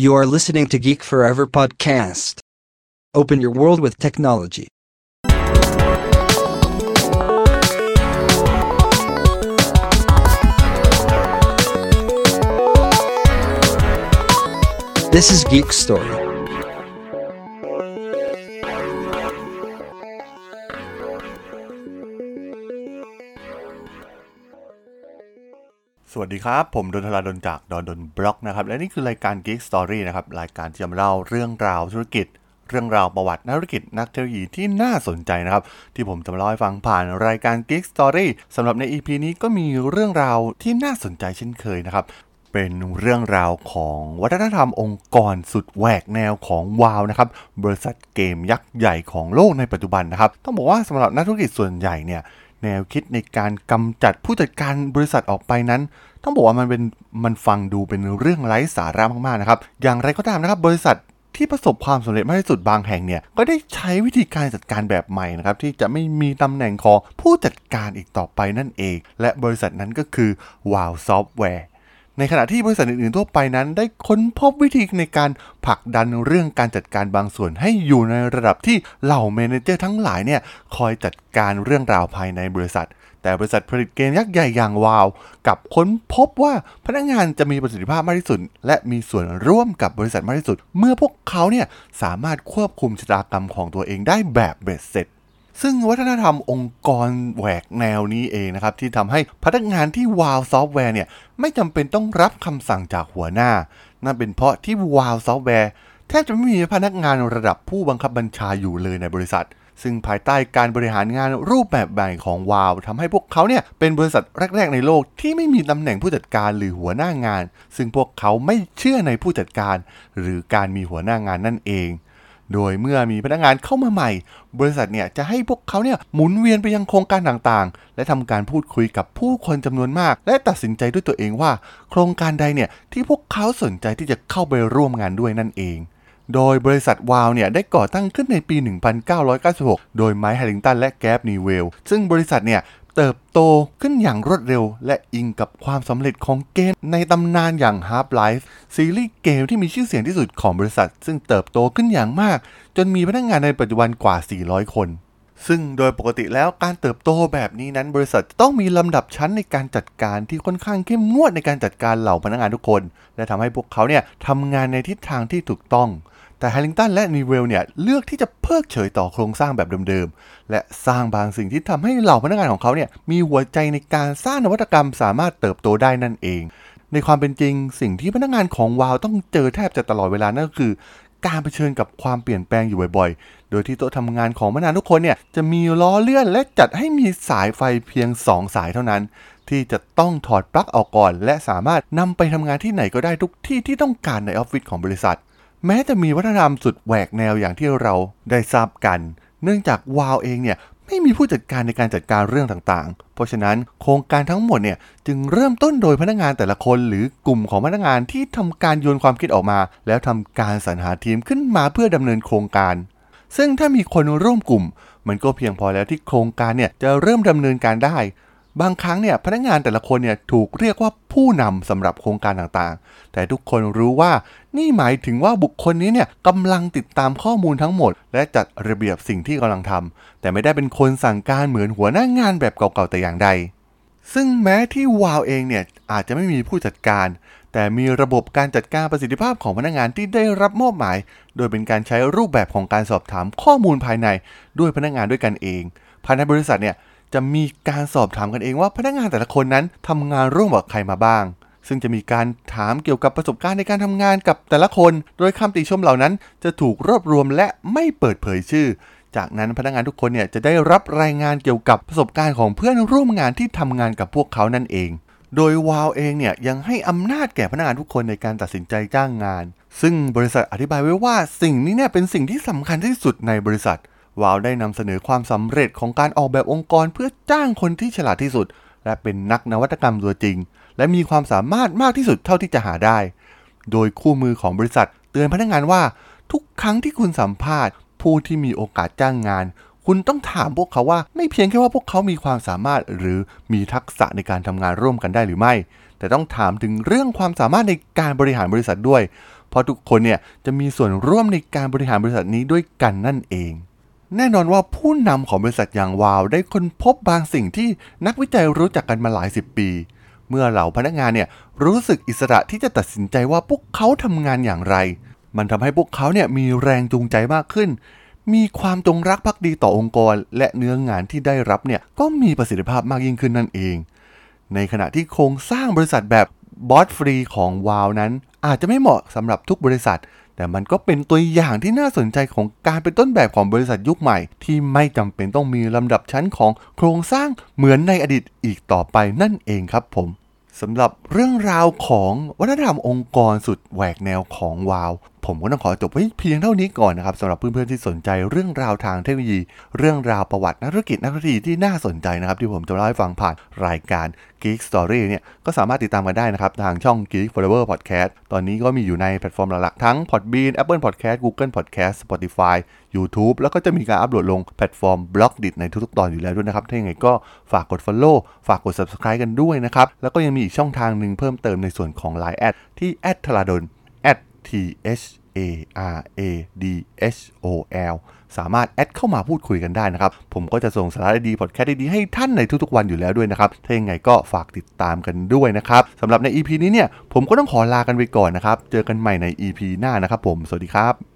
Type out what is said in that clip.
You are listening to Geek Forever podcast. Open your world with technology. This is Geek Story. สวัสดีครับผมดนทราดลจากดนบล็อกนะครับและนี่คือรายการ Geek Story นะครับรายการที่จะมาเล่าเรื่องราวธุรกิจเรื่องราวประวัตินักธุรกิจนักเทคโนโลยีที่น่าสนใจนะครับที่ผมจะมาเล่าให้ฟังผ่านรายการ Geek Story สำหรับใน EP นี้ก็มีเรื่องราวที่น่าสนใจเช่นเคยนะครับเป็นเรื่องราวของวัฒนธรรมองค์กรสุดแหวกแนวของ WoW นะครับบริษัทเกมยักษ์ใหญ่ของโลกในปัจจุบันนะครับต้องบอกว่าสำหรับนักธุรกิจส่วนใหญ่เนี่ยแนวคิดในการกำจัดผู้จัดการบริษัทออกไปนั้นต้องบอกว่ามันฟังดูเป็นเรื่องไร้สาระมากๆนะครับอย่างไรก็ตามนะครับบริษัทที่ประสบความสำเร็จมากที่สุดบางแห่งเนี่ยก็ได้ใช้วิธีการจัดการแบบใหม่นะครับที่จะไม่มีตำแหน่งของผู้จัดการอีกต่อไปนั่นเองและบริษัทนั้นก็คือ WoW Softwareในขณะที่บริษัทอื่นๆทั่วไปนั้นได้ค้นพบวิธีในการผลักดันเรื่องการจัดการบางส่วนให้อยู่ในระดับที่เหล่าเมเนเจอร์ทั้งหลายเนี่ยคอยจัดการเรื่องราวภายในบริษัทแต่บริษัทผลิตเกมยักษ์ใหญ่อย่าง WoW กับค้นพบว่าพนักงานจะมีประสิทธิภาพมากที่สุดและมีส่วนร่วมกับบริษัทมากที่สุดเมื่อพวกเขาเนี่ยสามารถควบคุมชะตากรรมของตัวเองได้แบบเบ็ดเสร็จซึ่งวัฒนธรรมองค์กรแหวกแนวนี้เองนะครับที่ทำให้พนักงานที่ WoW Software เนี่ยไม่จำเป็นต้องรับคำสั่งจากหัวหน้านั่นเป็นเพราะที่ WoW Software แทบจะไม่มีพนักงานระดับผู้บังคับบัญชาอยู่เลยในบริษัทซึ่งภายใต้การบริหารงานรูปแบบใหม่ของ WoW ทำให้พวกเขาเนี่ยเป็นบริษัทแรกๆในโลกที่ไม่มีตำแหน่งผู้จัดการหรือหัวหน้างานซึ่งพวกเขาไม่เชื่อในผู้จัดการหรือการมีหัวหน้างานนั่นเองโดยเมื่อมีพนักงานเข้ามาใหม่บริษัทเนี่ยจะให้พวกเขาเนี่ยหมุนเวียนไปยังโครงการต่างๆและทำการพูดคุยกับผู้คนจำนวนมากและตัดสินใจด้วยตัวเองว่าโครงการใดเนี่ยที่พวกเขาสนใจที่จะเข้าไปร่วมงานด้วยนั่นเองโดยบริษัท WoW เนี่ยได้ก่อตั้งขึ้นในปี 1996 โดยไมค์ แฮริงตันและแกรฟ นีเวลซึ่งบริษัทเนี่ยเติบโตขึ้นอย่างรวดเร็วและอิงกับความสำเร็จของเกมในตำนานอย่าง Half-Life ซีรีส์เกมที่มีชื่อเสียงที่สุดของบริษัทซึ่งเติบโตขึ้นอย่างมากจนมีพนักงานในปัจจุบันกว่า 400 คนซึ่งโดยปกติแล้วการเติบโตแบบนี้นั้นบริษัทต้องมีลำดับชั้นในการจัดการที่ค่อนข้างเข้มงวดในการจัดการเหล่าพนักงานทุกคนและทำให้พวกเขาเนี่ยทำงานในทิศทางที่ถูกต้องแต่แฮริงตันและนีเวลเนี่ยเลือกที่จะเพิกเฉยต่อโครงสร้างแบบเดิมๆและสร้างบางสิ่งที่ทำให้เหล่าพนักงานของเขาเนี่ยมีหัวใจในการสร้างนวัตกรรมสามารถเติบโตได้นั่นเองในความเป็นจริงสิ่งที่พนักงานของ WoW ต้องเจอแทบจะตลอดเวลานั่นก็คือการเผชิญกับความเปลี่ยนแปลงอยู่บ่อยๆโดยที่โต๊ะทำงานของพนักงานทุกคนเนี่ยจะมีล้อเลื่อนและจัดให้มีสายไฟเพียง2สายเท่านั้นที่จะต้องถอดปลั๊กออกก่อนและสามารถนำไปทำงานที่ไหนก็ได้ทุกที่ที่ต้องการในออฟฟิศของบริษัทแม้จะมีวัฒนธรรมสุดแหวกแนวอย่างที่เราได้ทราบกันเนื่องจาก WoW เองเนี่ยไม่มีผู้จัดการในการจัดการเรื่องต่างๆเพราะฉะนั้นโครงการทั้งหมดเนี่ยจึงเริ่มต้นโดยพนักงานแต่ละคนหรือกลุ่มของพนักงานที่ทำการโยนความคิดออกมาแล้วทำการสรรหาทีมขึ้นมาเพื่อดำเนินโครงการซึ่งถ้ามีคนร่วมกลุ่มมันก็เพียงพอแล้วที่โครงการเนี่ยจะเริ่มดำเนินการได้บางครั้งเนี่ยพนักงานแต่ละคนเนี่ยถูกเรียกว่าผู้นำสำหรับโครงการต่างๆแต่ทุกคนรู้ว่านี่หมายถึงว่าบุคคลนี้เนี่ยกำลังติดตามข้อมูลทั้งหมดและจัดระเบียบสิ่งที่กำลังทำแต่ไม่ได้เป็นคนสั่งการเหมือนหัวหน้างานแบบเก่าๆแต่อย่างใดซึ่งแม้ที่ WoW เองเนี่ยอาจจะไม่มีผู้จัดการแต่มีระบบการจัดการประสิทธิภาพของพนักงานที่ได้รับมอบหมายโดยเป็นการใช้รูปแบบของการสอบถามข้อมูลภายในด้วยพนักงานด้วยกันเองภายในบริษัทเนี่ยจะมีการสอบถามกันเองว่าพนักงานแต่ละคนนั้นทำงานร่วมกับใครมาบ้างซึ่งจะมีการถามเกี่ยวกับประสบการณ์ในการทำงานกับแต่ละคนโดยคำติชมเหล่านั้นจะถูกรวบรวมและไม่เปิดเผยชื่อจากนั้นพนักงานทุกคนเนี่ยจะได้รับรายงานเกี่ยวกับประสบการณ์ของเพื่อนร่วมงานที่ทำงานกับพวกเขานั่นเองโดย WoW เองเนี่ยยังให้อำนาจแก่พนักงานทุกคนในการตัดสินใจจ้างงานซึ่งบริษัทอธิบายไว้ว่าสิ่งนี้เนี่ยเป็นสิ่งที่สำคัญที่สุดในบริษัทWoW ได้นำเสนอความสำเร็จของการออกแบบองค์กรเพื่อจ้างคนที่ฉลาดที่สุดและเป็นนักนวัตกรรมตัวจริงและมีความสามารถมากที่สุดเท่าที่จะหาได้โดยคู่มือของบริษัทเตือนพนักงานว่าทุกครั้งที่คุณสัมภาษณ์ผู้ที่มีโอกาสจ้างงานคุณต้องถามพวกเขาว่าไม่เพียงแค่ว่าพวกเขามีความสามารถหรือมีทักษะในการทำงานร่วมกันได้หรือไม่แต่ต้องถามถึงเรื่องความสามารถในการบริหารบริษัทด้วยเพราะทุกคนเนี่ยจะมีส่วนร่วมในการบริหารบริษัทนี้ด้วยกันนั่นเองแน่นอนว่าผู้นำของบริษัทอย่างวาวได้ค้นพบบางสิ่งที่นักวิจัยรู้จักกันมาหลายสิบปีเมื่อเหล่าพนักงานเนี่ยรู้สึกอิสระที่จะตัดสินใจว่าพวกเขาทำงานอย่างไรมันทำให้พวกเขาเนี่ยมีแรงจูงใจมากขึ้นมีความจงรักภักดีต่อองค์กรและเนื้องานที่ได้รับเนี่ยก็มีประสิทธิภาพมากยิ่งขึ้นนั่นเองในขณะที่โครงสร้างบริษัทแบบบอสฟรีของวาวนั้นอาจจะไม่เหมาะสำหรับทุกบริษัทแต่มันก็เป็นตัวอย่างที่น่าสนใจของการเป็นต้นแบบของบริษัทยุคใหม่ที่ไม่จำเป็นต้องมีลำดับชั้นของโครงสร้างเหมือนในอดีตอีกต่อไปนั่นเองครับผมสำหรับเรื่องราวของวัฒนธรรมองค์กรสุดแหวกแนวของวาวผมก็ต้องขอจบไว้เพียงเท่านี้ก่อนนะครับสำหรับเพื่อนๆที่สนใจเรื่องราวทางเทคโนโลยีเรื่องราวประวัตินักธุรกิจที่น่าสนใจนะครับที่ผมจะเล่าให้ฟังผ่านรายการ Geek Story เนี่ยก็สามารถติดตามกันได้นะครับทางช่อง Geek Forever Podcast ตอนนี้ก็มีอยู่ในแพลตฟอร์มหลักๆทั้ง Podbean Apple Podcast Google Podcast Spotify YouTube แล้วก็จะมีการอัปโหลดลงแพลตฟอร์ม Blogdit ในทุกๆตอนอยู่แล้วด้วยนะครับถ้าอย่างไรก็ฝากกด Follow ฝากกด Subscribe กันด้วยนะครับแล้วก็ยังมีอีกช่องทางนึงเพิ่มเติมในส่วนของ Line แอดที่ @thradol @THARADSOL สามารถแอดเข้ามาพูดคุยกันได้นะครับผมก็จะส่งสาระดีพอดแคสต์ดีๆให้ท่านในทุกๆวันอยู่แล้วด้วยนะครับถ้ายังไงก็ฝากติดตามกันด้วยนะครับสำหรับใน EP นี้เนี่ยผมก็ต้องขอลากันไปก่อนนะครับเจอกันใหม่ใน EP หน้านะครับผมสวัสดีครับ